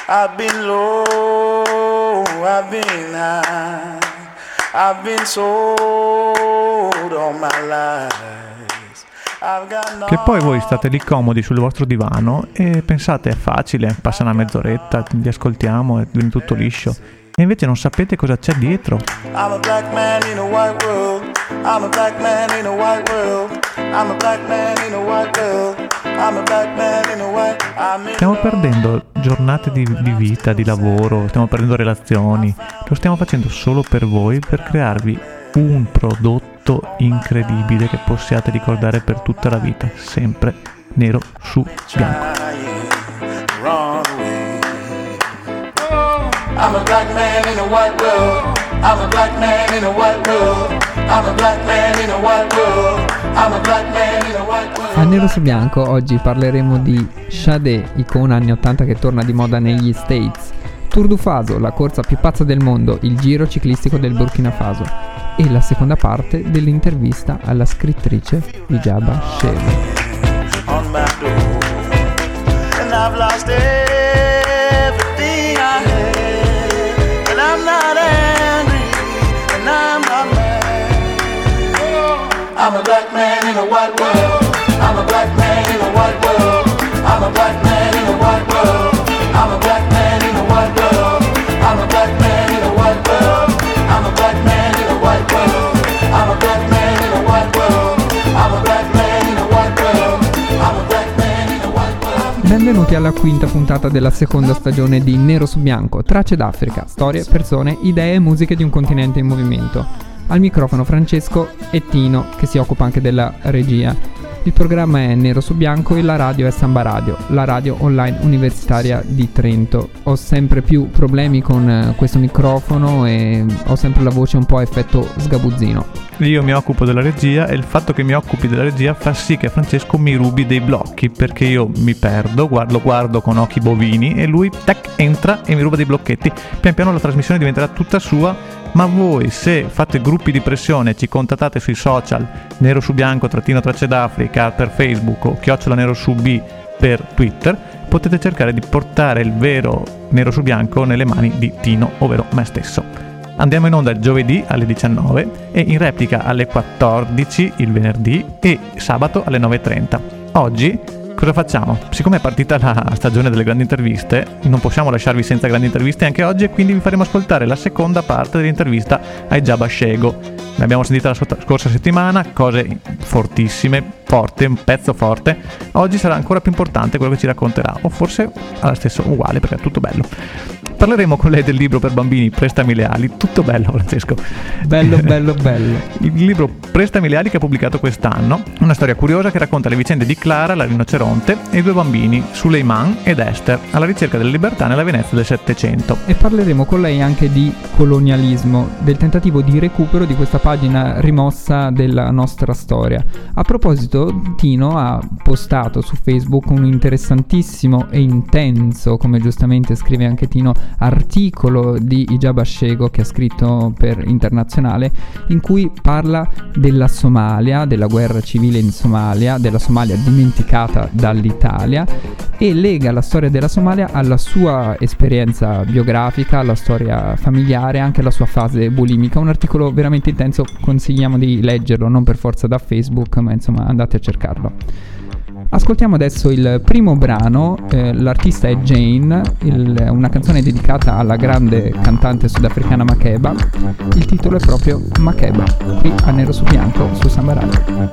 I've been low, I've been high, I've been sold all my life. Che poi voi state lì comodi sul vostro divano e pensate è facile, passa una mezz'oretta, li ascoltiamo e viene tutto liscio. E invece non sapete cosa c'è dietro. I'm a black man in a white world. I'm a black man in a white world. I'm a black man in a white world. I'm a black man in a white. Stiamo perdendo giornate di vita, di lavoro, stiamo perdendo relazioni. Lo stiamo facendo solo per voi, per crearvi un prodotto incredibile che possiate ricordare per tutta la vita, sempre nero su bianco. I'm a black man in a white world. I'm a black man in a white world. I'm a black man in a white world. I'm a black man in a white world. A Nero su Bianco oggi parleremo di Sade, icona anni 80 che torna di moda negli States, Tour du Faso, la corsa più pazza del mondo, il giro ciclistico del Burkina Faso, e la seconda parte dell'intervista alla scrittrice Hijaba Shego. On my door, and I've lost everything I had, and I'm not angry, and I'm not mad. I'm a black man in a white world. I'm a black man in a white world. I'm a black man in a white world. I'm a black man in a white world. I'm a black man in a white world. I'm a black man in a white world. I'm a black man in a white world. I'm a black man in a white world. I'm a black man in a white world. Benvenuti alla quinta puntata della seconda stagione di Nero su Bianco, tracce d'Africa, storie, persone, idee e musiche di un continente in movimento. Al microfono Francesco e Tino, che si occupa anche della regia. Il programma è Nero su Bianco e la radio è Samba Radio, la radio online universitaria di Trento. Ho sempre più problemi con questo microfono e ho sempre la voce un po' a effetto sgabuzzino. Io mi occupo della regia e il fatto che mi occupi della regia fa sì che Francesco mi rubi dei blocchi, perché io mi perdo, lo guardo con occhi bovini e lui tac, entra e mi ruba dei blocchetti. Pian piano la trasmissione diventerà tutta sua. Ma voi, se fate gruppi di pressione, ci contattate sui social, Nero su Bianco, _tracce d'Africa per Facebook o @ Nero su B per Twitter, potete cercare di portare il vero Nero su Bianco nelle mani di Tino, ovvero me stesso. Andiamo in onda il giovedì alle 19 e in replica alle 14 il venerdì e sabato alle 9:30. Oggi cosa facciamo? Siccome è partita la stagione delle grandi interviste, non possiamo lasciarvi senza grandi interviste anche oggi e quindi vi faremo ascoltare la seconda parte dell'intervista a Hijaba Shego. Ne abbiamo sentita la scorsa settimana, cose fortissime, forte, un pezzo forte. Oggi sarà ancora più importante quello che ci racconterà, o forse alla stessa uguale perché è tutto bello. Parleremo con lei del libro per bambini Prestami le ali, tutto bello Francesco. Bello, bello, bello. Il libro Prestami le ali che ha pubblicato quest'anno, una storia curiosa che racconta le vicende di Clara, la rinoceronte, e i due bambini, Suleiman ed Esther, alla ricerca della libertà nella Venezia del Settecento. E parleremo con lei anche di colonialismo, del tentativo di recupero di questa pagina rimossa della nostra storia. A proposito, Tino ha postato su Facebook un interessantissimo e intenso, come giustamente scrive anche Tino, articolo di Hijaba Shego che ha scritto per Internazionale, in cui parla della Somalia, della guerra civile in Somalia, della Somalia dimenticata dall'Italia, e lega la storia della Somalia alla sua esperienza biografica, alla storia familiare, anche alla sua fase bulimica. Un articolo veramente intenso, consigliamo di leggerlo, non per forza da Facebook, ma insomma andate a cercarlo. Ascoltiamo adesso il primo brano, l'artista è Jane, una canzone dedicata alla grande cantante sudafricana Makeba. Il titolo è proprio Makeba, qui a Nero su Bianco su Samba Radio.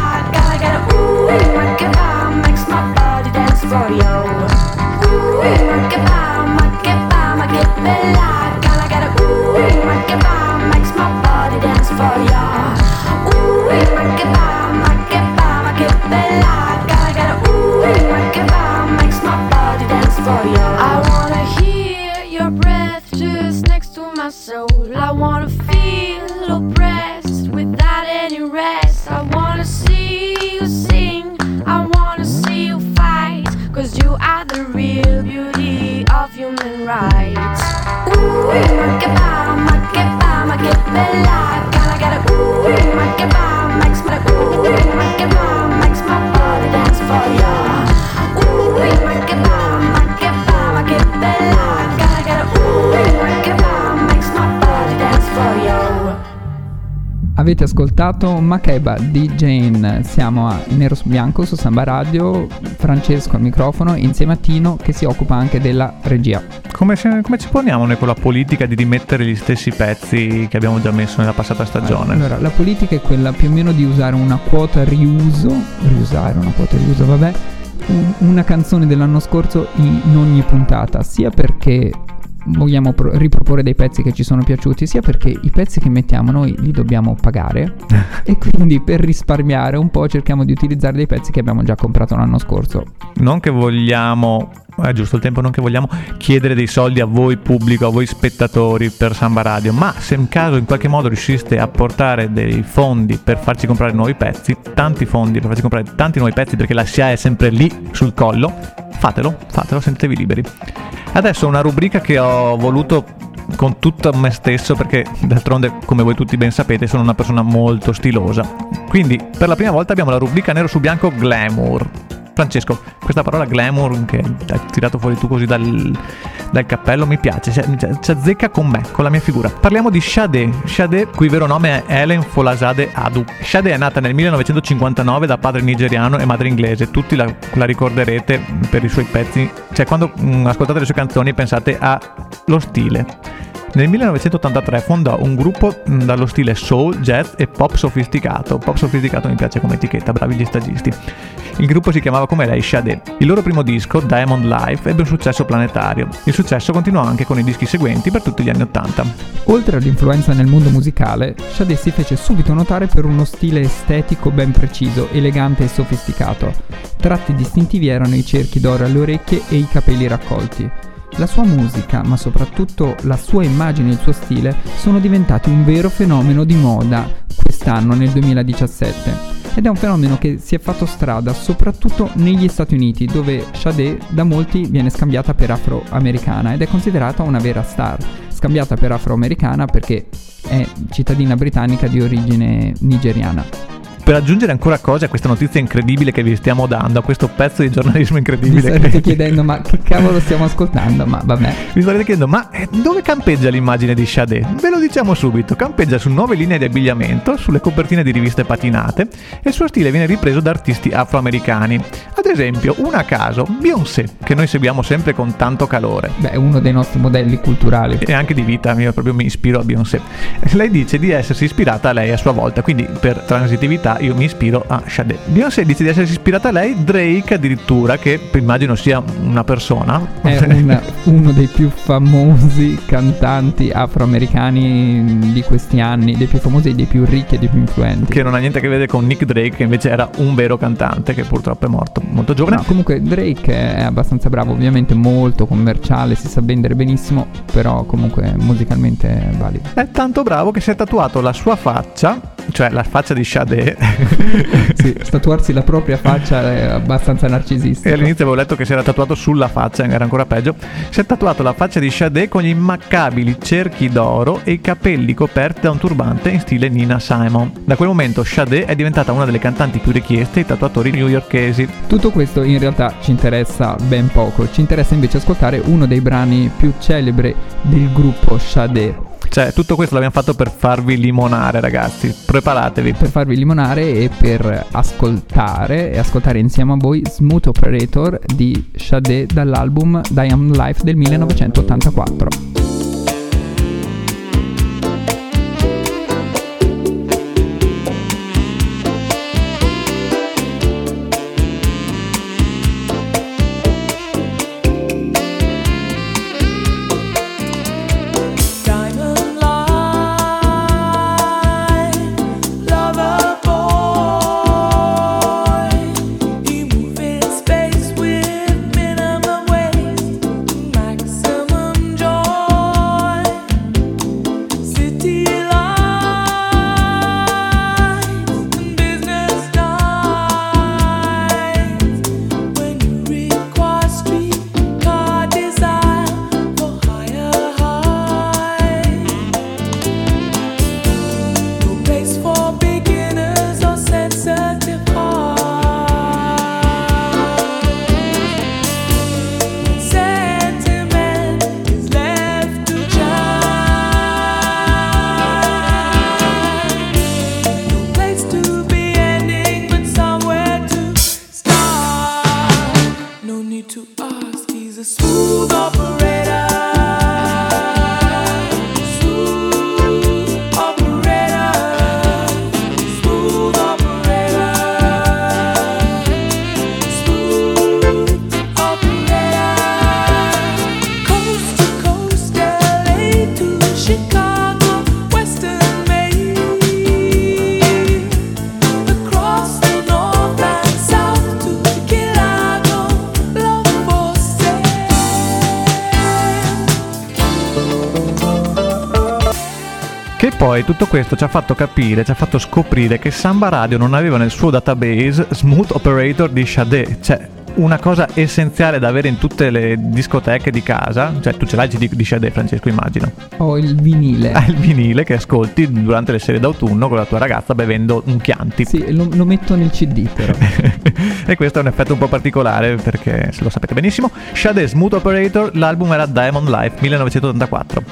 For you. Avete ascoltato Makeba di Jane. Siamo a Nero su Bianco su Samba Radio. Francesco al microfono insieme a Tino che si occupa anche della regia. Come ci poniamo noi con la politica di rimettere gli stessi pezzi che abbiamo già messo nella passata stagione? Allora, la politica è quella più o meno di usare una quota una canzone dell'anno scorso in ogni puntata, sia perché vogliamo riproporre dei pezzi che ci sono piaciuti, sia perché i pezzi che mettiamo noi li dobbiamo pagare e quindi per risparmiare un po' cerchiamo di utilizzare dei pezzi che abbiamo già comprato l'anno scorso. Non che vogliamo, è giusto il tempo, non che vogliamo chiedere dei soldi a voi pubblico, a voi spettatori per Samba Radio, ma se in caso in qualche modo riusciste a portare dei fondi per farci comprare nuovi pezzi, tanti fondi per farci comprare tanti nuovi pezzi, perché la SIA è sempre lì sul collo, fatelo, sentitevi liberi. Adesso una rubrica che ho voluto con tutto me stesso, perché d'altronde, come voi tutti ben sapete, sono una persona molto stilosa. Quindi per la prima volta abbiamo la rubrica Nero su Bianco Glamour. Francesco, questa parola glamour che hai tirato fuori tu così dal cappello mi piace, ci azzecca con me, con la mia figura. Parliamo di Sade, cui vero nome è Helen Folasade Adu. Sade è nata nel 1959 da padre nigeriano e madre inglese. Tutti la ricorderete per i suoi pezzi, cioè quando ascoltate le sue canzoni pensate allo stile. Nel 1983 fondò un gruppo dallo stile soul, jazz e pop sofisticato. Pop sofisticato mi piace come etichetta, bravi gli stagisti. Il gruppo si chiamava come lei, Sade. Il loro primo disco, Diamond Life, ebbe un successo planetario. Il successo continuò anche con i dischi seguenti per tutti gli anni '80. Oltre all'influenza nel mondo musicale, Sade si fece subito notare per uno stile estetico ben preciso, elegante e sofisticato. Tratti distintivi erano i cerchi d'oro alle orecchie e i capelli raccolti. La sua musica, ma soprattutto la sua immagine e il suo stile, sono diventati un vero fenomeno di moda quest'anno, nel 2017. Ed è un fenomeno che si è fatto strada soprattutto negli Stati Uniti, dove Sade da molti viene scambiata per afroamericana ed è considerata una vera star. Scambiata per afroamericana perché è cittadina britannica di origine nigeriana. Per aggiungere ancora cose a questa notizia incredibile che vi stiamo dando, a questo pezzo di giornalismo incredibile. Vi starete chiedendo ma che cavolo stiamo ascoltando? Ma vabbè. Vi starete chiedendo ma dove campeggia l'immagine di Sade? Ve lo diciamo subito, campeggia su nuove linee di abbigliamento, sulle copertine di riviste patinate e il suo stile viene ripreso da artisti afroamericani. Ad esempio, una a caso, Beyoncé, che noi seguiamo sempre con tanto calore. Beh, è uno dei nostri modelli culturali. E anche di vita, io proprio mi ispiro a Beyoncé. Lei dice di essersi ispirata a lei a sua volta, quindi per transitività io mi ispiro a Sade. Beyoncé dice di essersi ispirata a lei, Drake addirittura, che immagino sia una persona. È uno dei più famosi cantanti afroamericani di questi anni, dei più famosi e dei più ricchi e dei più influenti. Che non ha niente a che vedere con Nick Drake, che invece era un vero cantante, che purtroppo è morto molto giovane. No, comunque Drake è abbastanza bravo, ovviamente molto commerciale, si sa vendere benissimo, però comunque musicalmente è valido. È tanto bravo che si è tatuato la sua faccia, cioè la faccia di Sade. Sì, tatuarsi la propria faccia è abbastanza narcisistico. E all'inizio avevo letto che si era tatuato sulla faccia, era ancora peggio. Si è tatuato la faccia di Sade con gli immancabili cerchi d'oro e i capelli coperti da un turbante in stile Nina Simone. Da quel momento Sade è diventata una delle cantanti più richieste ai tatuatori newyorkesi. Tutto questo in realtà ci interessa ben poco, ci interessa invece ascoltare uno dei brani più celebri del gruppo Sade. Cioè, tutto questo l'abbiamo fatto per farvi limonare, ragazzi. Preparatevi. Per farvi limonare e per ascoltare insieme a voi Smooth Operator di Sade dall'album Diamond Life del 1984. Space with minimum waste, maximum joy. E poi tutto questo ci ha fatto capire, ci ha fatto scoprire che Samba Radio non aveva nel suo database Smooth Operator di Sade, cioè una cosa essenziale da avere in tutte le discoteche di casa. Cioè tu ce l'hai il CD di Sade, Francesco, immagino. Ho il vinile. Il vinile che ascolti durante le serie d'autunno con la tua ragazza bevendo un Chianti. Sì, lo metto nel CD però. E questo è un effetto un po' particolare perché, se lo sapete benissimo, Sade Smooth Operator, l'album era Diamond Life 1984.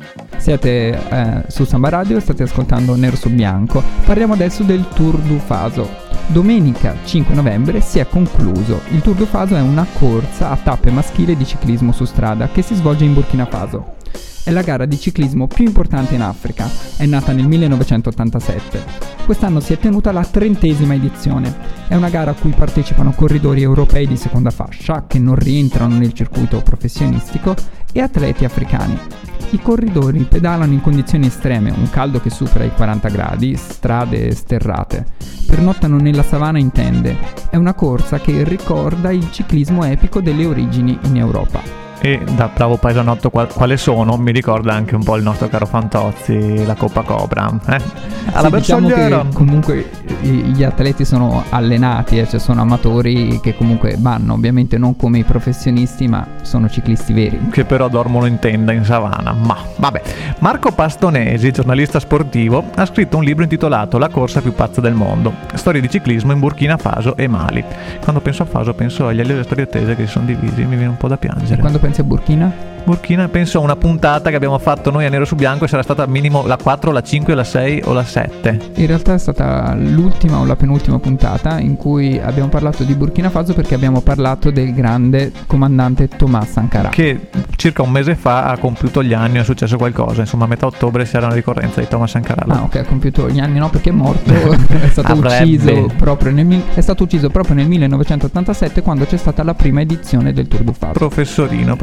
Siete su Samba Radio, state ascoltando Nero su Bianco. Parliamo adesso del Tour du Faso. Domenica 5 novembre si è concluso. Il Tour du Faso è una corsa a tappe maschile di ciclismo su strada che si svolge in Burkina Faso. È la gara di ciclismo più importante in Africa. È nata nel 1987. Quest'anno si è tenuta la 30ª edizione. È una gara a cui partecipano corridori europei di seconda fascia che non rientrano nel circuito professionistico e atleti africani. I corridori pedalano in condizioni estreme, un caldo che supera i 40 gradi, strade sterrate. Pernottano nella savana in tende. È una corsa che ricorda il ciclismo epico delle origini in Europa. E da bravo paesanotto quale sono, mi ricorda anche un po' il nostro caro Fantozzi, la Coppa Cobra. Alla sì, diciamo che comunque gli atleti sono allenati, cioè sono amatori che comunque vanno, ovviamente non come i professionisti, ma sono ciclisti veri. Che però dormono in tenda in savana. Ma vabbè. Marco Pastonesi, giornalista sportivo, ha scritto un libro intitolato La corsa più pazza del mondo, storie di ciclismo in Burkina Faso e Mali. Quando penso a Faso penso agli allievi delle storie tese che si sono divisi, mi viene un po' da piangere. Quando pensi a Burkina? Burkina penso a una puntata che abbiamo fatto noi a Nero su Bianco e sarà stata al minimo la 4, la 5, la 6 o la 7. In realtà è stata l'ultima o la penultima puntata in cui abbiamo parlato di Burkina Faso, perché abbiamo parlato del grande comandante Thomas Sankara, che circa un mese fa ha compiuto gli anni, è successo qualcosa, insomma a metà ottobre c'era una ricorrenza di Thomas Sankara. Ah ok, ha compiuto gli anni, no, perché è morto, è stato ucciso proprio è stato ucciso proprio nel 1987 quando c'è stata la prima edizione del Tour du Faso. Professorino.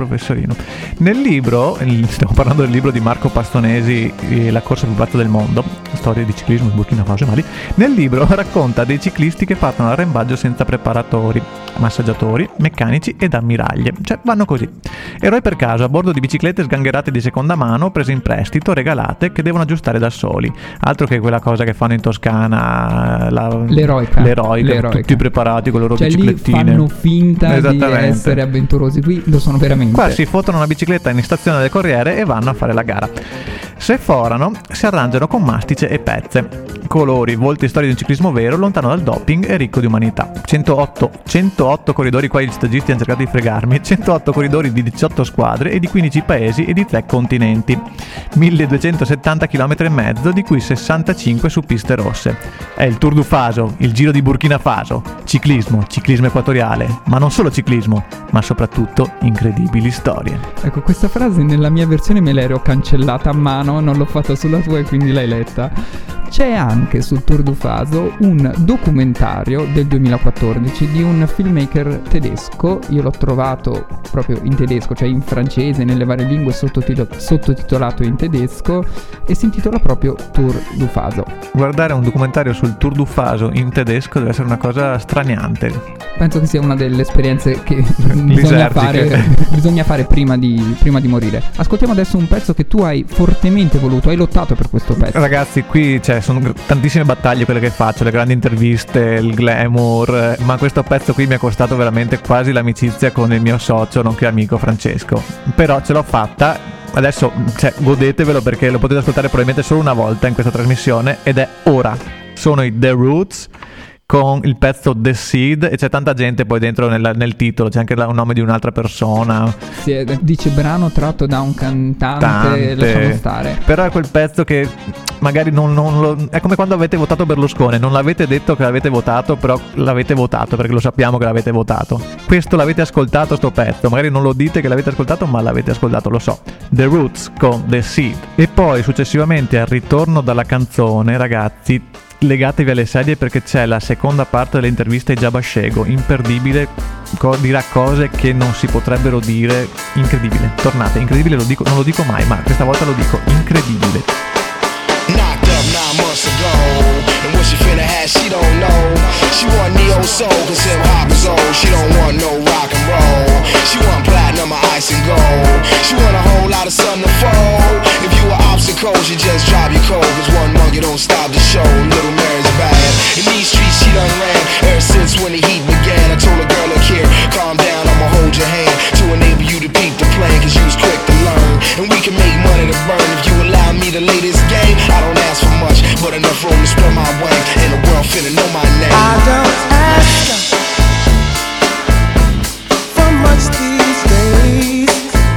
Nel libro, stiamo parlando del libro di Marco Pastonesi, La corsa più pazza del mondo, storie di ciclismo in Burkina Faso e Mali. Nel libro racconta dei ciclisti che partono all'arrembaggio senza preparatori, massaggiatori, meccanici ed ammiraglie, cioè vanno così. Eroi per caso a bordo di biciclette sgangherate di seconda mano, prese in prestito, regalate, che devono aggiustare da soli. Altro che quella cosa che fanno in Toscana, l'eroica, tutti preparati con le loro biciclettine. Lì fanno finta di essere avventurosi, qui lo sono veramente. Qua si fottono una bicicletta in stazione del Corriere e vanno a fare la gara. Se forano, si arrangiano con mastice e pezze. Colori, volti e storie di un ciclismo vero, lontano dal doping e ricco di umanità. 108 corridori, qua gli stagisti hanno cercato di fregarmi, 108 corridori di 18 squadre e di 15 paesi e di 3 continenti. 1270 km e mezzo, di cui 65 su piste rosse. È il Tour du Faso, il Giro di Burkina Faso. Ciclismo equatoriale, ma non solo ciclismo, ma soprattutto incredibili storie. Ecco, questa frase nella mia versione me l'ero cancellata a mano, non l'ho fatta sulla tua e quindi l'hai letta. C'è anche sul Tour du Faso un documentario del 2014 di un filmmaker tedesco. Io l'ho trovato proprio in tedesco, cioè in francese, nelle varie lingue, sottotitolato in tedesco, e si intitola proprio Tour du Faso. Guardare un documentario sul Tour du Faso in tedesco deve essere una cosa straniante. Penso che sia una delle esperienze che bisogna fare prima di morire. Ascoltiamo adesso un pezzo che tu hai fortemente voluto, hai lottato per questo pezzo. Ragazzi, qui sono tantissime battaglie quelle che faccio, le grandi interviste, il glamour, ma questo pezzo qui mi ha costato veramente quasi l'amicizia con il mio socio, nonché amico Francesco. Però ce l'ho fatta. Adesso godetevelo, perché lo potete ascoltare probabilmente solo una volta in questa trasmissione, ed è ora. Sono i The Roots con il pezzo The Seed, e c'è tanta gente poi dentro nel titolo, c'è anche un nome di un'altra persona. Sì, dice brano tratto da un cantante, lasciamo stare. Però è quel pezzo che magari non lo, è come quando avete votato Berlusconi, non l'avete detto che l'avete votato, però l'avete votato perché lo sappiamo che l'avete votato. Questo l'avete ascoltato, sto pezzo, magari non lo dite che l'avete ascoltato, ma l'avete ascoltato, lo so. The Roots con The Seed. E poi successivamente al ritorno dalla canzone, ragazzi, legatevi alle sedie, perché c'è la seconda parte delle interviste di Jabba Shego, imperdibile, dirà cose che non si potrebbero dire. Incredibile, tornate, incredibile, lo dico, non lo dico mai, ma questa volta lo dico, incredibile. Knocked up 9 months ago, and what she finna have, she don't know. She want neo soul, cause hip hop is old. She don't want no rock and roll. She want platinum or ice and gold. She want a whole lot of sun to fold. If you were obstacles, you just drop your cold. and we can make money to burn. If you allow me to lay this game, I don't ask for much, but enough room to spread my wings, and the world finna know my name. I don't ask for much these days,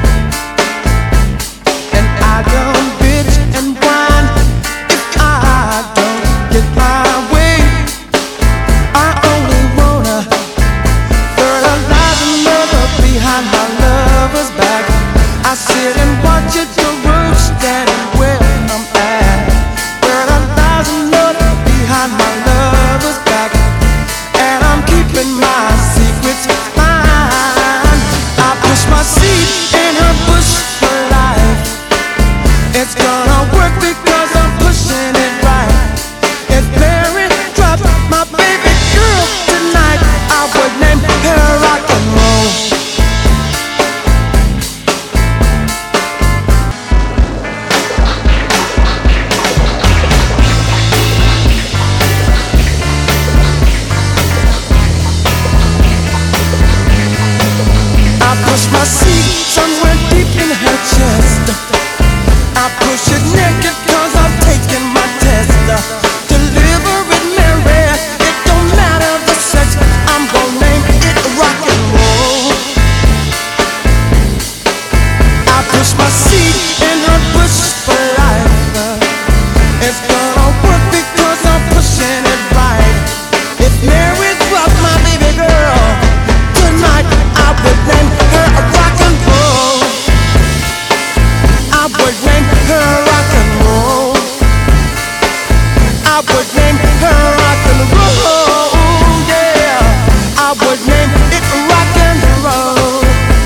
and I don't bitch and whine if I don't get my way. I only wanna fertilize another behind my lover's back. I sit and watch it grow, standing where I'm at. Fertilize another behind my lover's back, and I'm keeping my secrets fine. I push my seed in her bush for life. It's gonna work because I'm pushing it right. If Mary dropped my baby girl tonight, I would name her rock and roll. I push my seed somewhere deep in her chest. I push it naked cause I'm taking my test. Deliver it, Mary, it don't matter the sex. I'm gonna name it rock and roll. I push my seed in her bush for life. It's gonna work because I'm pushing it right. If Mary dropped my baby girl tonight, I would name her a rock and roll. I would name her rock and roll. I would name her rock and roll. Yeah, I would name it rock and roll.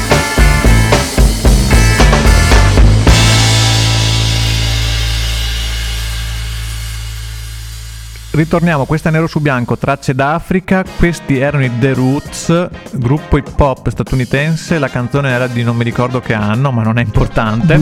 Ritorniamo, questa è Nero su Bianco, tracce d'Africa. Questi erano i The Roots, gruppo hip hop statunitense. La canzone era di non mi ricordo che anno, ma non è importante.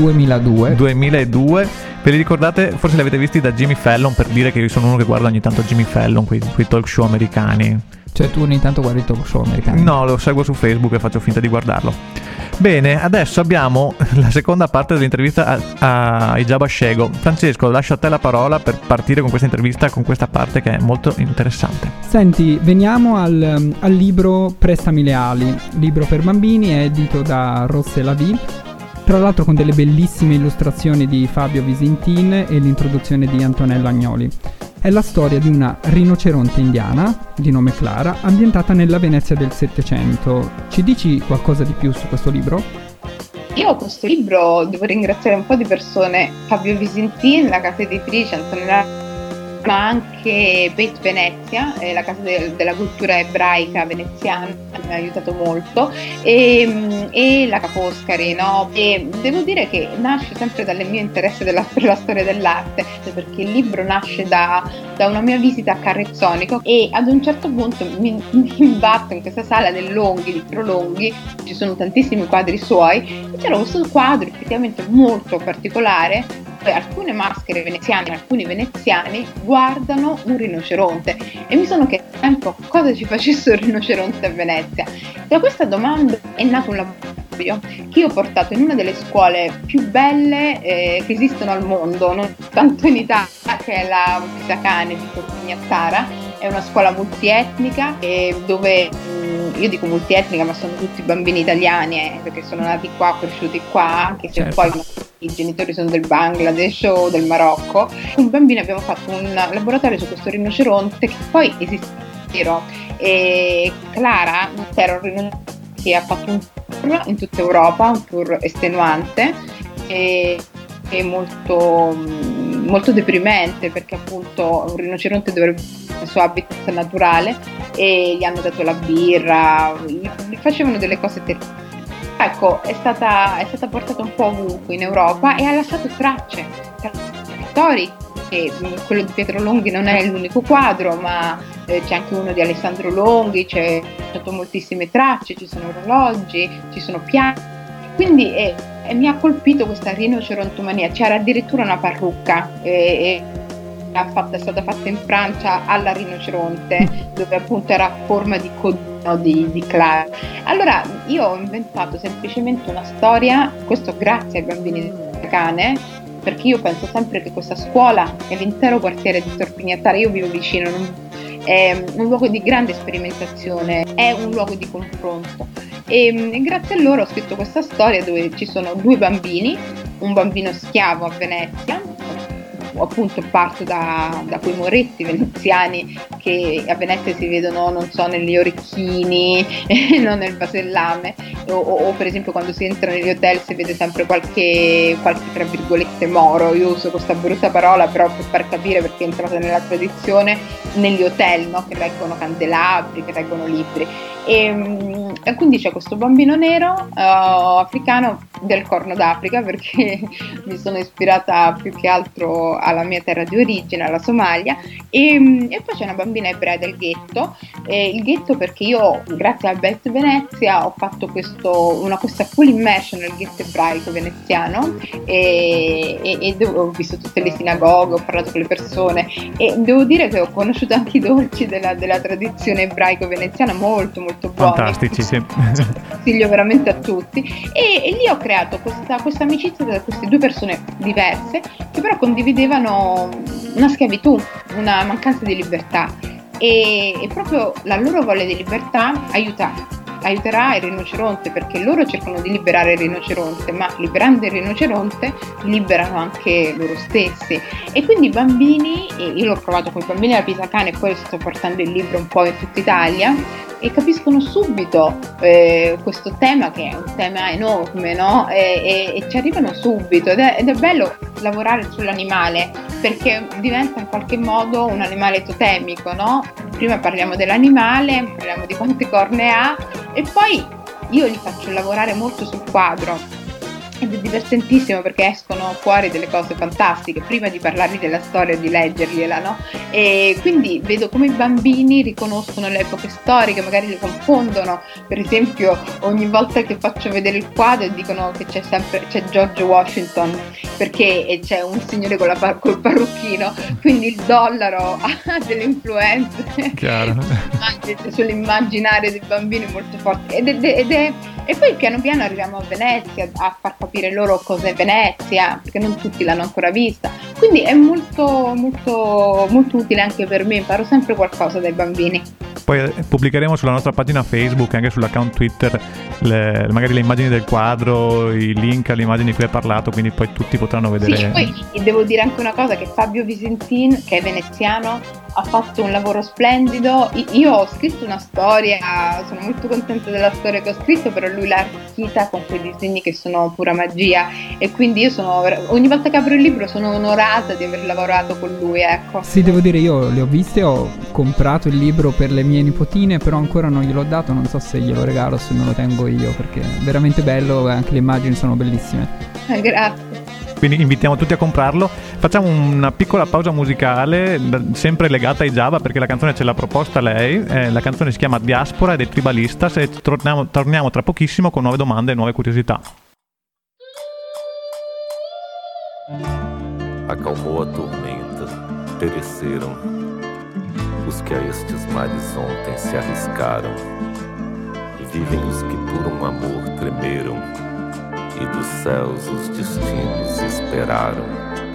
2002. Ve li ricordate? Forse li avete visti da Jimmy Fallon, per dire che io sono uno che guarda ogni tanto Jimmy Fallon, quei talk show americani. Cioè tu ogni tanto guardi i talk show americani? No, lo seguo su Facebook e faccio finta di guardarlo. Bene, adesso abbiamo la seconda parte dell'intervista a Ijaba Shego. Francesco, lascio a te la parola per partire con questa intervista, con questa parte che è molto interessante. Senti, veniamo al libro Prestami le ali, libro per bambini, è edito da Rosse La Vie, tra l'altro con delle bellissime illustrazioni di Fabio Visintin e l'introduzione di Antonello Agnoli. È la storia di una rinoceronte indiana, di nome Clara, ambientata nella Venezia del Settecento. Ci dici qualcosa di più su questo libro? Io questo libro devo ringraziare un po' di persone, Fabio Visintin, la casa editrice, Antonella, ma anche Beit Venezia, la casa della cultura ebraica veneziana, che mi ha aiutato molto, e la Foscari, no? E devo dire che nasce sempre dal mio interesse per la storia dell'arte, perché il libro nasce da una mia visita a Carrezzonico, e ad un certo punto mi imbatto in questa sala del Longhi, di Piero Longhi, ci sono tantissimi quadri suoi, e c'era questo quadro effettivamente molto particolare. Alcune maschere veneziane, alcuni veneziani guardano un rinoceronte, e mi sono chiesto cosa ci facesse un rinoceronte a Venezia. Da questa domanda è nato un laboratorio che io ho portato in una delle scuole più belle che esistono al mondo, non tanto in Italia, che è la Pisacane di Cortignattara. È una scuola multietnica dove io dico multietnica, ma sono tutti bambini italiani, perché sono nati qua, cresciuti qua, anche se certo. Poi i genitori sono del Bangladesh o del Marocco. Con i bambini abbiamo fatto un laboratorio su questo rinoceronte che poi esiste vero. E Clara era un rinoceronte che ha fatto un tour in tutta Europa, un tour estenuante e molto, molto deprimente, perché appunto un rinoceronte dovrebbe essere il suo habitat naturale, e gli hanno dato la birra, gli facevano delle cose terribili. Ecco, è stata portata un po' ovunque in Europa e ha lasciato tracce pittori, e quello di Pietro Longhi non è l'unico quadro, ma c'è anche uno di Alessandro Longhi, c'è moltissime tracce, ci sono orologi, ci sono piani, quindi mi ha colpito questa rinocerontomania. C'era addirittura una parrucca è stata fatta in Francia alla rinoceronte, dove appunto era a forma di codino di Clara. Allora io ho inventato semplicemente una storia, questo grazie ai bambini del cane, perché io penso sempre che questa scuola e l'intero quartiere di Tor Pignatara, io vivo vicino, è un luogo di grande sperimentazione, è un luogo di confronto e grazie a loro ho scritto questa storia dove ci sono due bambini, un bambino schiavo a Venezia, appunto parto da quei moretti veneziani che a Venezia si vedono, non so, negli orecchini, non nel vasellame, o per esempio quando si entra negli hotel si vede sempre qualche tra virgolette moro, io uso questa brutta parola però per far capire, perché è entrata nella tradizione negli hotel, no? Che reggono candelabri, che reggono libri, e quindi c'è questo bambino nero africano del Corno d'Africa, perché mi sono ispirata più che altro alla mia terra di origine, alla Somalia, e poi c'è una bambina ebrea del ghetto, il ghetto perché io grazie a Best Venezia ho fatto questa full immersion nel ghetto ebraico veneziano e ho visto tutte le sinagoghe, ho parlato con le persone e devo dire che ho conosciuto anche i dolci della tradizione ebraico veneziana molto molto buoni, fantastici, sì. Consiglio veramente a tutti e lì ho creato questa amicizia tra queste due persone diverse che però condividevano una schiavitù, una mancanza di libertà e proprio la loro voglia di libertà aiuterà il rinoceronte, perché loro cercano di liberare il rinoceronte, ma liberando il rinoceronte liberano anche loro stessi. E quindi i bambini, io l'ho provato con i bambini della Pisacane e poi sto portando il libro un po' in tutta Italia, e capiscono subito questo tema, che è un tema enorme, no? E ci arrivano subito ed è bello lavorare sull'animale, perché diventa in qualche modo un animale totemico, no? Prima parliamo dell'animale, parliamo di quante corna ha e poi io li faccio lavorare molto sul quadro ed è divertentissimo perché escono fuori delle cose fantastiche prima di parlargli della storia e di leggergliela, no? E quindi vedo come i bambini riconoscono le epoche storiche, magari le confondono, per esempio ogni volta che faccio vedere il quadro dicono che c'è George Washington perché c'è un signore col parrucchino, quindi il dollaro ha delle influenze sull'immaginario dei bambini molto forti e poi piano piano arriviamo a Venezia a far capire loro cos'è Venezia, perché non tutti l'hanno ancora vista, quindi è molto molto molto utile anche per me, imparo sempre qualcosa dai bambini. Poi pubblicheremo sulla nostra pagina Facebook e anche sull'account Twitter magari le immagini del quadro, i link alle immagini di cui hai parlato, quindi poi tutti potranno vedere. Sì, poi devo dire anche una cosa, che Fabio Visentin, che è veneziano, ha fatto un lavoro splendido. Io ho scritto una storia, sono molto contenta della storia che ho scritto, però lui l'ha arricchita con quei disegni che sono pura magia e quindi io ogni volta che apro il libro sono onorata di aver lavorato con lui, ecco. Sì, devo dire, io le ho viste, ho comprato il libro per le mie nipotine, però ancora non gliel'ho dato, non so se glielo regalo o se me lo tengo io, perché è veramente bello e anche le immagini sono bellissime. Grazie. Quindi invitiamo tutti a comprarlo. Facciamo una piccola pausa musicale, sempre legata ai Java, perché la canzone ce l'ha proposta lei. La canzone si chiama Diaspora ed è Tribalistas e torniamo tra pochissimo con nuove domande e nuove curiosità. Acalmou a tormenta, pereceram os que a estes mares ontem se arriscaram. Vivem os que por um amor tremeram e dos céus os destinos esperaram.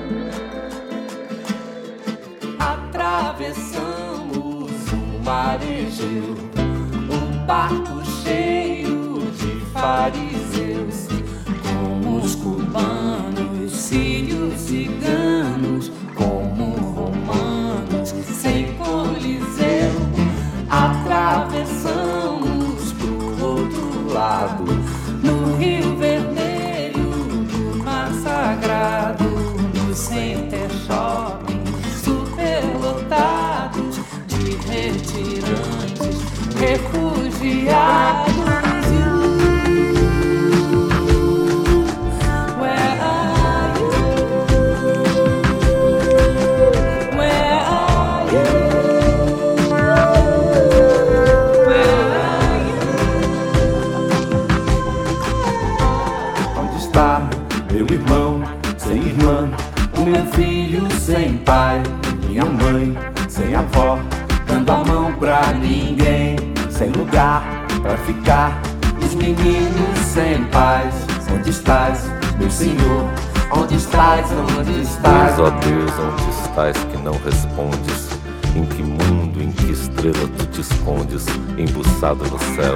Atravessamos o mar Egeu, barco cheio de fariseus, como os cubanos, sírios, ciganos, como romanos, sem coliseu. Atravessamos pro outro lado, no Rio Vermelho, do Mar Sagrado, no Center Shopping, superlotados de retirantes, refugiados. Meu irmão sem irmã, o meu filho sem pai, minha mãe, sem avó, dando a mão pra ninguém, sem lugar pra ficar, os meninos sem paz. Onde estás, meu senhor? Onde estás, onde estás? Deus, ó Deus, onde estás que não respondes? Em que mundo, em que estrela tu te escondes, embuçado no céu?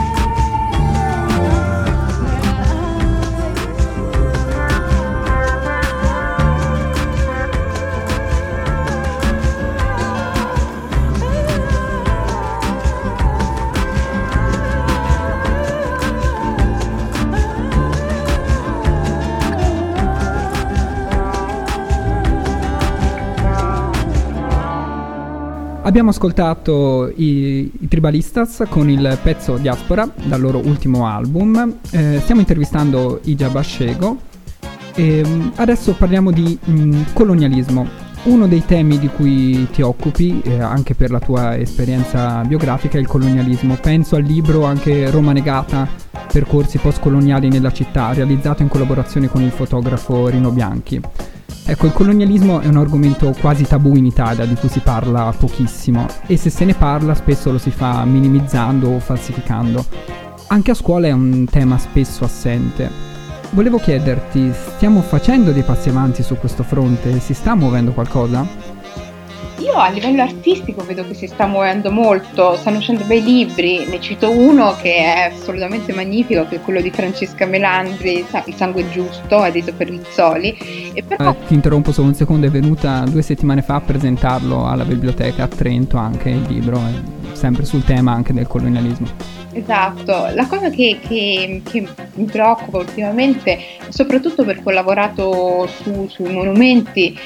Abbiamo ascoltato i Tribalistas con il pezzo Diaspora dal loro ultimo album. Stiamo intervistando Ija Bashego e adesso parliamo di colonialismo. Uno dei temi di cui ti occupi, anche per la tua esperienza biografica, è il colonialismo. Penso al libro anche Roma negata, percorsi postcoloniali nella città, realizzato in collaborazione con il fotografo Rino Bianchi. Ecco, il colonialismo è un argomento quasi tabù in Italia, di cui si parla pochissimo, e se se ne parla spesso lo si fa minimizzando o falsificando. Anche a scuola è un tema spesso assente. Volevo chiederti, stiamo facendo dei passi avanti su questo fronte? Si sta muovendo qualcosa? Io a livello artistico vedo che si sta muovendo molto, stanno uscendo bei libri, ne cito uno che è assolutamente magnifico, che è quello di Francesca Melandri, Il sangue giusto, edito per Rizzoli. E però... Ti interrompo solo un secondo, è venuta 2 settimane fa a presentarlo alla biblioteca a Trento, anche il libro, sempre sul tema anche del colonialismo. Esatto, la cosa che mi preoccupa ultimamente, soprattutto perché ho lavorato sui monumenti,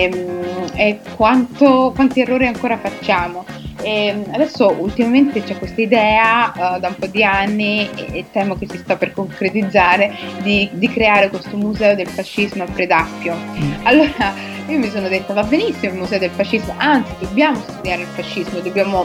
è quanti errori ancora facciamo. Adesso ultimamente c'è questa idea da un po' di anni, e temo che si sta per concretizzare, di creare questo museo del fascismo a Predappio. Allora io mi sono detta, va benissimo il museo del fascismo, anzi dobbiamo studiare il fascismo, dobbiamo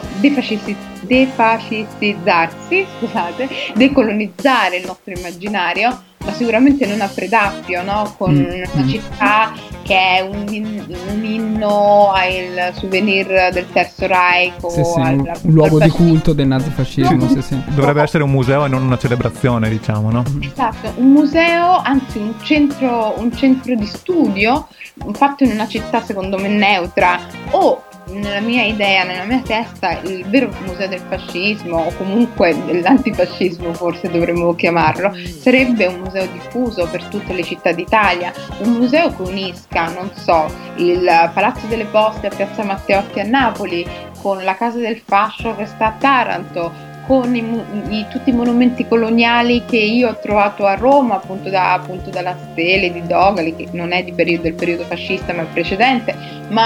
defascistizzarsi, decolonizzare il nostro immaginario, ma sicuramente non a Predappio, no? Con una città che è un inno al souvenir del Terzo Reich, un luogo di culto del nazifascismo. Dovrebbe essere un museo e non una celebrazione, diciamo, no? Esatto, un museo, anzi un centro di studio fatto in una città secondo me neutra, o nella mia idea, nella mia testa, il vero museo del fascismo, o comunque dell'antifascismo forse dovremmo chiamarlo, sarebbe un museo diffuso per tutte le città d'Italia, un museo che unisca, non so, il Palazzo delle Poste a Piazza Matteotti a Napoli con la Casa del Fascio che sta a Taranto, con tutti i monumenti coloniali che io ho trovato a Roma, appunto dalla Stele di Dogali, che non è del periodo fascista ma è precedente,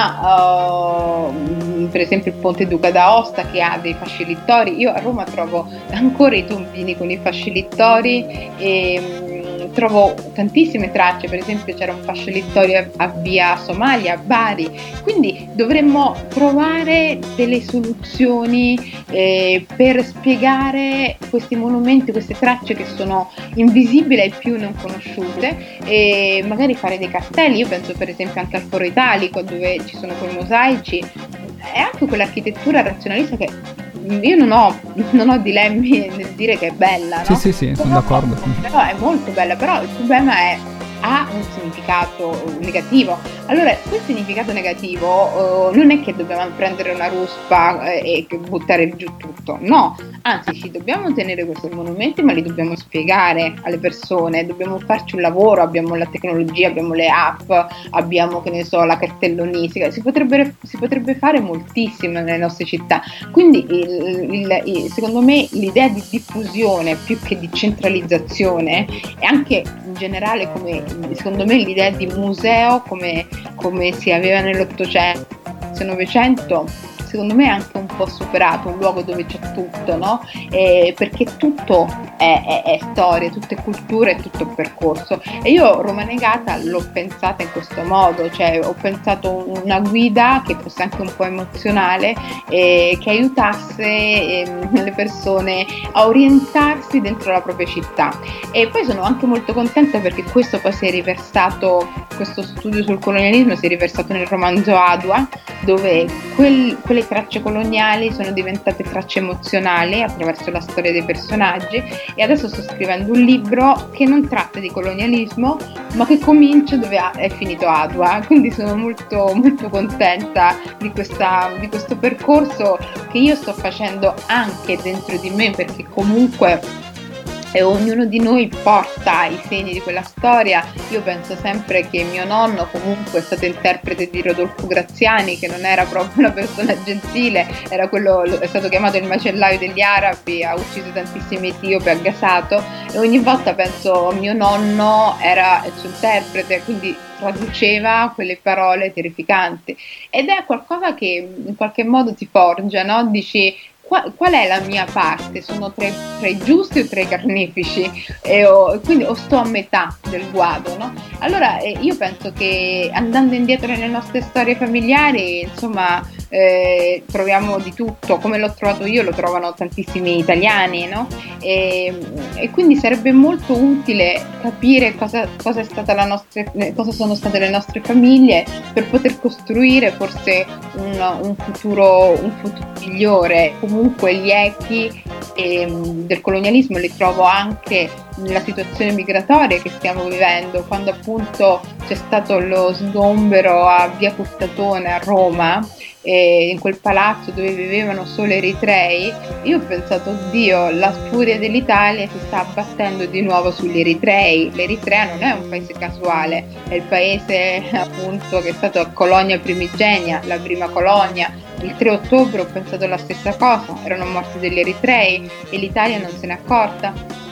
ma per esempio il Ponte Duca d'Aosta che ha dei fasci littori. Io a Roma trovo ancora i tombini con i fasci littori e trovo tantissime tracce, per esempio c'era un fascio littorio a via Somalia, a Bari, quindi dovremmo trovare delle soluzioni per spiegare questi monumenti, queste tracce che sono invisibili ai più non conosciute, e magari fare dei castelli. Io penso per esempio anche al Foro Italico, dove ci sono quei mosaici, e anche quell'architettura razionalista che io non ho dilemmi nel dire che è bella, no? Sì, sono d'accordo. Però è molto bella, però il problema ha un significato negativo. Allora, quel significato negativo non è che dobbiamo prendere una ruspa e buttare giù tutto, no, anzi ci dobbiamo tenere questi monumenti, ma li dobbiamo spiegare alle persone, dobbiamo farci un lavoro, abbiamo la tecnologia, abbiamo le app, abbiamo, che ne so, la cartellonistica, si potrebbe fare moltissimo nelle nostre città, quindi secondo me l'idea di diffusione più che di centralizzazione, e anche in generale, come secondo me l'idea di museo come si aveva nell'Ottocento, Novecento, secondo me è anche un po' superato, un luogo dove c'è tutto, no? Perché tutto è storia, tutto è cultura, è tutto percorso. E io Roma negata l'ho pensata in questo modo, cioè ho pensato una guida che fosse anche un po' emozionale, che aiutasse le persone a orientarsi dentro la propria città. E poi sono anche molto contenta perché questo poi si è riversato questo studio sul colonialismo si è riversato nel romanzo Adua, dove quelle tracce coloniali sono diventate tracce emozionali attraverso la storia dei personaggi, e adesso sto scrivendo un libro che non tratta di colonialismo, ma che comincia dove è finito Adua, quindi sono molto, molto contenta di questo percorso che io sto facendo anche dentro di me, perché comunque ognuno di noi porta i segni di quella storia. Io penso sempre che mio nonno comunque è stato interprete di Rodolfo Graziani, che non era proprio una persona gentile, è stato chiamato il macellaio degli arabi, ha ucciso tantissimi etiopi, ha gasato, e ogni volta penso mio nonno era il suo interprete, quindi traduceva quelle parole terrificanti, ed è qualcosa che in qualche modo ti forgia, no? Dici, qual è la mia parte? Sono tra i giusti o tra i carnefici? Quindi sto a metà del guado, no? Allora io penso che andando indietro nelle nostre storie familiari, insomma, troviamo di tutto. Come l'ho trovato io, lo trovano tantissimi italiani, no? E quindi sarebbe molto utile capire cosa sono state le nostre famiglie, per poter costruire forse un futuro migliore. Comunque gli echi del colonialismo li trovo anche nella situazione migratoria che stiamo vivendo, quando appunto c'è stato lo sgombero a Via Costatone a Roma, in quel palazzo dove vivevano solo eritrei. Io ho pensato, oddio, la furia dell'Italia si sta abbattendo di nuovo sugli eritrei. L'Eritrea non è un paese casuale, è il paese appunto che è stato colonia primigenia, la prima colonia. Il 3 ottobre ho pensato la stessa cosa, erano morti degli eritrei e l'Italia non se n'è accorta.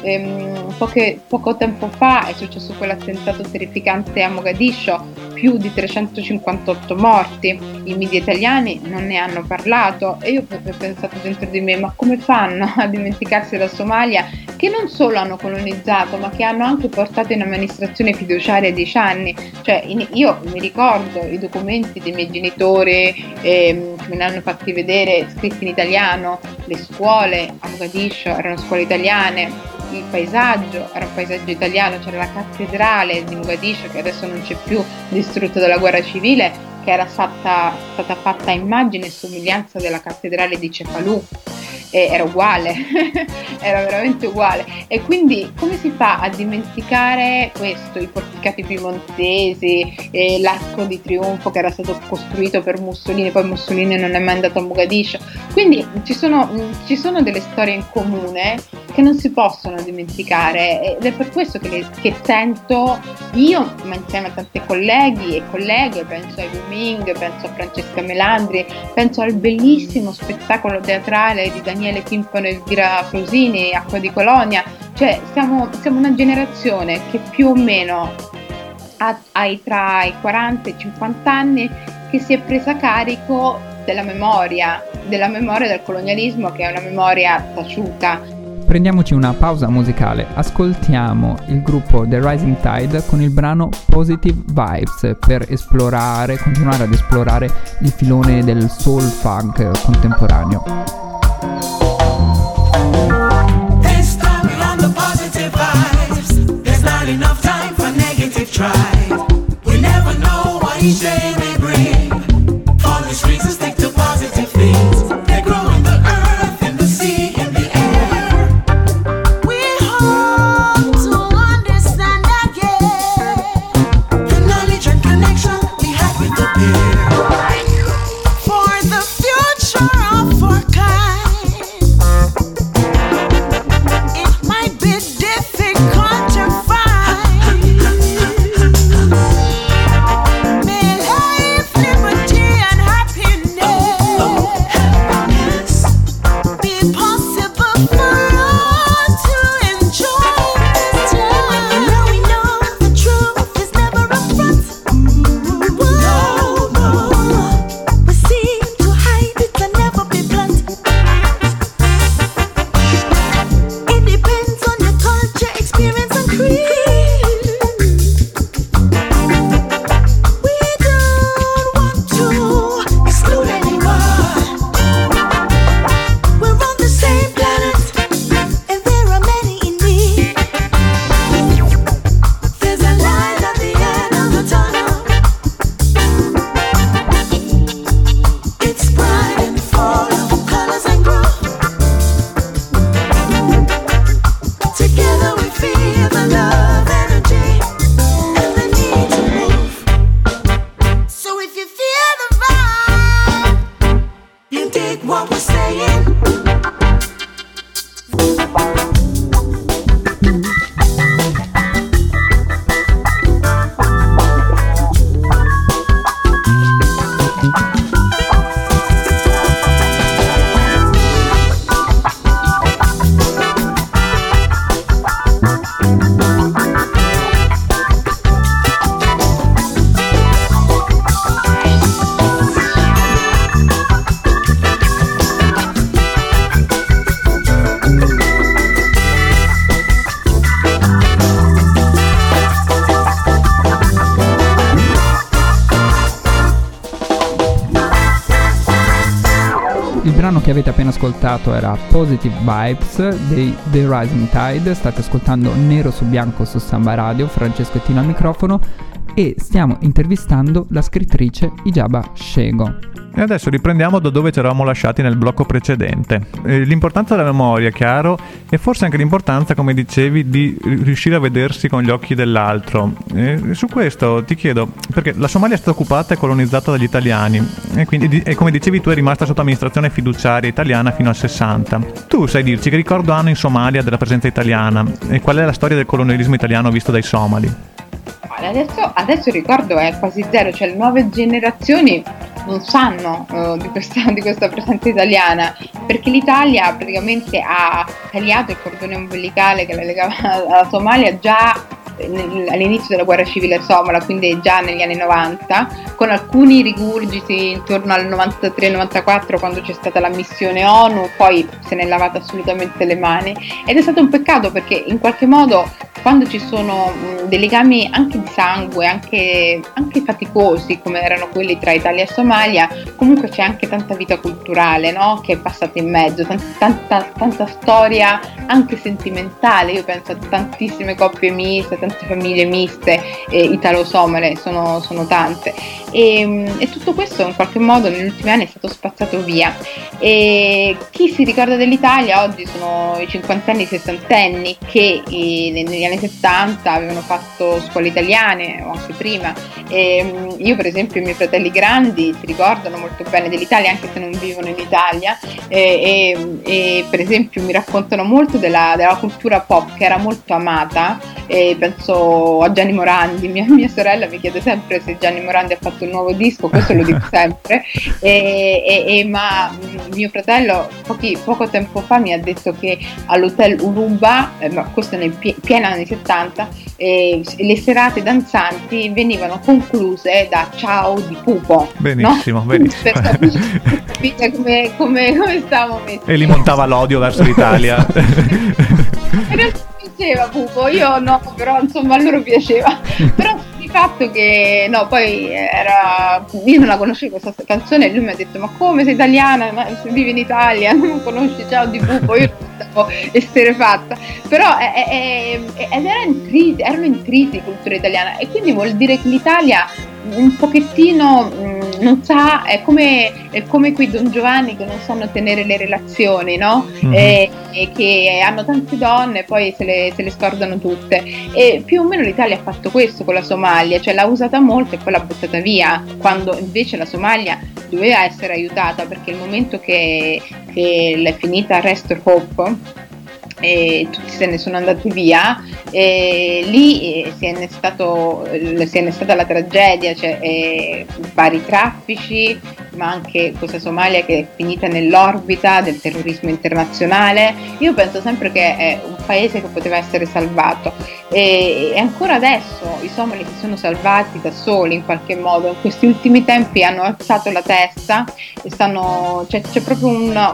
Poco tempo fa è successo quell'attentato terrificante a Mogadiscio, più di 358 morti, i media italiani non ne hanno parlato, e io ho pensato dentro di me, ma come fanno a dimenticarsi la Somalia, che non solo hanno colonizzato, ma che hanno anche portato in amministrazione fiduciaria 10 anni. Cioè, io mi ricordo i documenti dei miei genitori, me ne hanno fatti vedere scritti in italiano, le scuole a Mogadiscio erano scuole italiane, il paesaggio era un paesaggio italiano, c'era la cattedrale di Mogadiscio, che adesso non c'è più, distrutta dalla guerra civile, che era stata fatta a immagine e somiglianza della cattedrale di Cefalù. Era uguale, era veramente uguale. E quindi come si fa a dimenticare questo, i porticati piemontesi, l'arco di trionfo che era stato costruito per Mussolini, poi Mussolini non è mai andato a Mogadiscio. Quindi ci sono delle storie in comune che non si possono dimenticare, ed è per questo che sento io, ma insieme a tanti colleghi e colleghe, penso a Ming, penso a Francesca Melandri, penso al bellissimo spettacolo teatrale di Daniele Timpano e Elvira Frosini, Acqua di Colonia. Cioè siamo una generazione che più o meno ha tra i 40 e i 50 anni, che si è presa carico della memoria del colonialismo, che è una memoria taciuta. Prendiamoci una pausa musicale, ascoltiamo il gruppo The Rising Tide con il brano Positive Vibes per continuare ad esplorare il filone del soul funk contemporaneo. This time we're on the positive vibes. There's not enough time for negative drive. We never know what each day may bring. On the streets and stick to positive things. They grow in the earth, in the sea, in the air. We hope to understand again the knowledge and connection we have with the peer. For the future of our kind, it might be difficult to find. May brano che avete appena ascoltato era Positive Vibes dei The Rising Tide. State ascoltando Nero su Bianco su Samba Radio, Francesco e Tino al microfono, e stiamo intervistando la scrittrice Hijaba Shego. E adesso riprendiamo da dove ci eravamo lasciati nel blocco precedente. L'importanza della memoria, chiaro, e forse anche l'importanza, come dicevi, di riuscire a vedersi con gli occhi dell'altro. Su questo ti chiedo, perché la Somalia è stata occupata e colonizzata dagli italiani, e quindi, e come dicevi tu, è rimasta sotto amministrazione fiduciaria italiana fino al 60. Tu sai dirci che ricordo hanno in Somalia della presenza italiana, e qual è la storia del colonialismo italiano visto dai somali? Adesso il ricordo è quasi zero, cioè le nuove generazioni non sanno di questa presenza italiana, perché l'Italia praticamente ha tagliato il cordone ombelicale che la legava alla Somalia già all'inizio della guerra civile somala, quindi già negli anni 90, con alcuni rigurgiti intorno al 93-94 quando c'è stata la missione ONU, poi se ne è lavata assolutamente le mani, ed è stato un peccato perché in qualche modo quando ci sono dei legami anche di sangue, anche faticosi come erano quelli tra Italia e Somalia, comunque c'è anche tanta vita culturale, no? Che è passata in mezzo, tanta storia anche sentimentale. Io penso a tantissime coppie miste, tante famiglie miste italo-somale, sono tante, e tutto questo in qualche modo negli ultimi anni è stato spazzato via, e chi si ricorda dell'Italia oggi sono i cinquantenni, i sessantenni che negli anni 70 avevano fatto scuole italiane o anche prima. Io per esempio i miei fratelli grandi si ricordano molto bene dell'Italia anche se non vivono in Italia, e per esempio mi raccontano molto della cultura pop che era molto amata. Penso a Gianni Morandi, mia sorella mi chiede sempre se Gianni Morandi ha fatto un nuovo disco, questo lo dico sempre, ma mio fratello poco tempo fa mi ha detto che all'hotel Uruba, ma questo nel piena anni 70, le serate danzanti venivano concluse da Ciao di Pupo. Benissimo, no? benissimo. Capite come stavo messi. E li montava l'odio verso l'Italia. In realtà piaceva Pupo, io no, però insomma a loro piaceva. Però di fatto che no, poi io non la conoscevo questa canzone e lui mi ha detto: ma come sei italiana, ma vivi in Italia, non conosci Ciao di Pupo? Io non stavo esterrefatta, però erano intrisi di cultura italiana, e quindi vuol dire che l'Italia un pochettino non sa, è come quei Don Giovanni che non sanno tenere le relazioni, no? Mm-hmm. E che hanno tante donne e poi se le scordano tutte, e più o meno l'Italia ha fatto questo con la Somalia, cioè l'ha usata molto e poi l'ha buttata via, quando invece la Somalia doveva essere aiutata, perché il momento che è finita Restore Hope e tutti se ne sono andati via, lì si è innestata la tragedia, cioè vari traffici, ma anche questa Somalia che è finita nell'orbita del terrorismo internazionale. Io penso sempre che è un paese che poteva essere salvato, e ancora adesso i somali si sono salvati da soli in qualche modo, in questi ultimi tempi hanno alzato la testa e c'è proprio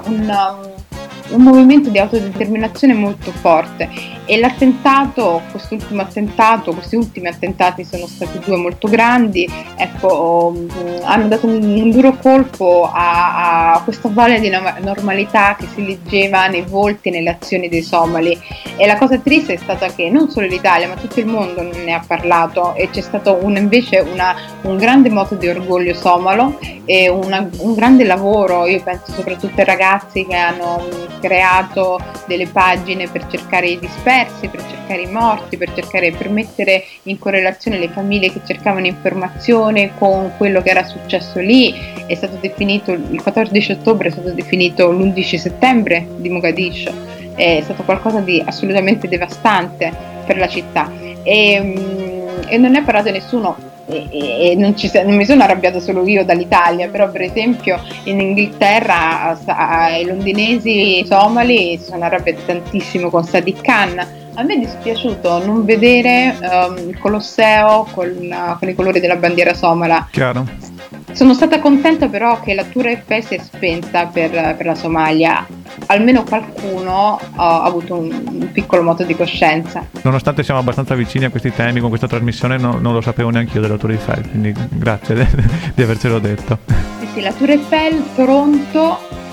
un movimento di autodeterminazione molto forte, e questi ultimi attentati sono stati due molto grandi, ecco, hanno dato un duro colpo a questa voglia di normalità che si leggeva nei volti e nelle azioni dei somali. E la cosa triste è stata che non solo l'Italia ma tutto il mondo non ne ha parlato, e c'è stato invece un grande moto di orgoglio somalo e un grande lavoro. Io penso soprattutto ai ragazzi che hanno creato delle pagine per cercare i dispersi, per cercare i morti, per mettere in correlazione le famiglie che cercavano informazione con quello che era successo lì. È stato definito il 14 ottobre, è stato definito l'11 settembre di Mogadiscio, è stato qualcosa di assolutamente devastante per la città, e non ne ha parlato nessuno. E non mi sono arrabbiata solo io dall'Italia, però per esempio in Inghilterra i londinesi somali si sono arrabbiati tantissimo con Sadiq Khan. A me è dispiaciuto non vedere il Colosseo con i colori della bandiera somala. Chiaro. Sono stata contenta però che la Tour Eiffel si è spenta per la Somalia. Almeno qualcuno ha avuto un piccolo moto di coscienza. Nonostante siamo abbastanza vicini a questi temi con questa trasmissione, non lo sapevo neanche io della Tour Eiffel, quindi grazie di avercelo detto. Sì, la Tour Eiffel, Toronto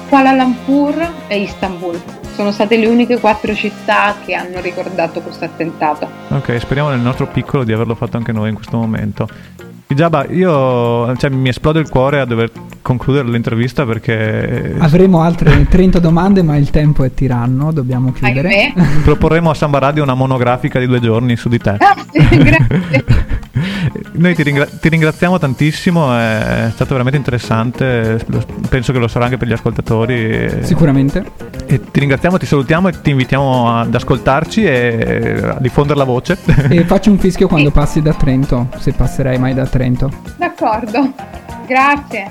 Kuala Lumpur e Istanbul. Sono state le uniche 4 città che hanno ricordato questo attentato. Ok, speriamo nel nostro piccolo di averlo fatto anche noi in questo momento. Giaba, mi esplode il cuore a dover concludere l'intervista perché avremo altre 30 domande, ma il tempo è tiranno, dobbiamo chiudere. Proporremo a Samba Radio una monografica di 2 giorni su di te. Grazie. Noi ti ringraziamo tantissimo, è stato veramente interessante, penso che lo sarà anche per gli ascoltatori. Sicuramente. E ti ringraziamo, ti salutiamo e ti invitiamo ad ascoltarci e a diffondere la voce. E facci un fischio quando passi da Trento, se passerai mai da Trento. D'accordo, grazie.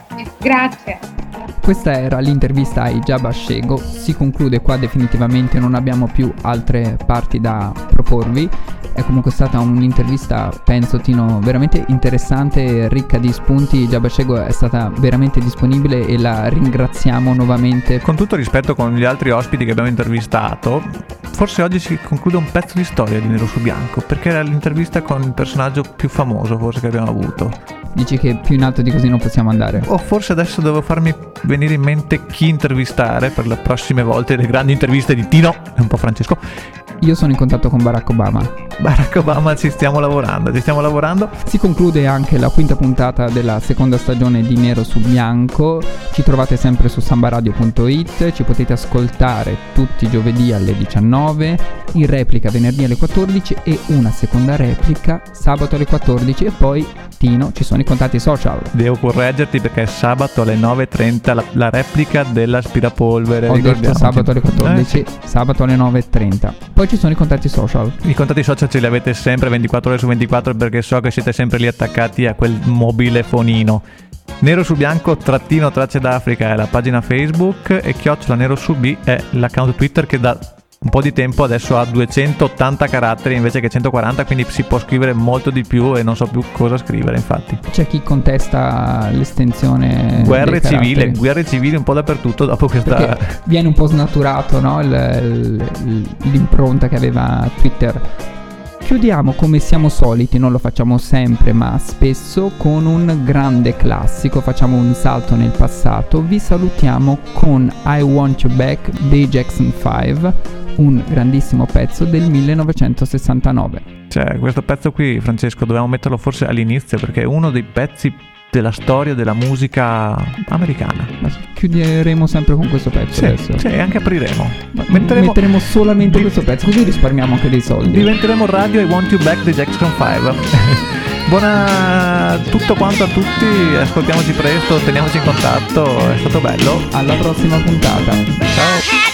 Questa era l'intervista a Hijab Ashego, si conclude qua definitivamente, non abbiamo più altre parti da proporvi. È comunque stata un'intervista, penso Tino, veramente interessante e ricca di spunti. Hijab Ashego è stata veramente disponibile e la ringraziamo nuovamente. Con tutto rispetto con gli altri ospiti che abbiamo intervistato, forse oggi si conclude un pezzo di storia di Nero su Bianco, perché era l'intervista con il personaggio più famoso forse che abbiamo avuto. Dici che più in alto di così non possiamo andare? O forse adesso devo farmi venire in mente chi intervistare per le prossime volte, le grandi interviste di Tino e un po' Francesco. Io sono in contatto con Barack Obama. Ci stiamo lavorando. Si conclude anche la 5ª puntata della seconda stagione di Nero su Bianco. Ci trovate sempre su sambaradio.it, ci potete ascoltare tutti i giovedì alle 19, in replica venerdì alle 14 e una seconda replica sabato alle 14. E poi, Tino, ci sono i contatti social. Devo correggerti perché è sabato alle 9:30 la replica dell'aspirapolvere. Ho detto sabato alle 14, sabato alle 9:30. Poi ci sono i contatti social. I contatti social ce li avete sempre 24 ore su 24 perché so che siete sempre lì attaccati a quel mobile fonino. Nero su Bianco _ Tracce d'Africa è la pagina Facebook e @ Nero su B è l'account Twitter che da un po' di tempo adesso ha 280 caratteri invece che 140, quindi si può scrivere molto di più e non so più cosa scrivere, infatti. C'è chi contesta l'estensione guerre civili un po' dappertutto dopo questa. Perché viene un po' snaturato, no? L'impronta che aveva Twitter. Chiudiamo come siamo soliti, non lo facciamo sempre ma spesso, con un grande classico, facciamo un salto nel passato, vi salutiamo con I Want You Back dei Jackson 5, un grandissimo pezzo del 1969. Cioè, questo pezzo qui, Francesco, dovevamo metterlo forse all'inizio perché è uno dei pezzi della storia della musica americana. Ma chiuderemo sempre con questo pezzo adesso. Sì, anche apriremo. Metteremo solamente questo pezzo, così risparmiamo anche dei soldi. Diventeremo Radio I Want You Back dei Jackson 5. Buona tutto quanto a tutti, ascoltiamoci presto, teniamoci in contatto, è stato bello. Alla prossima puntata. Ciao.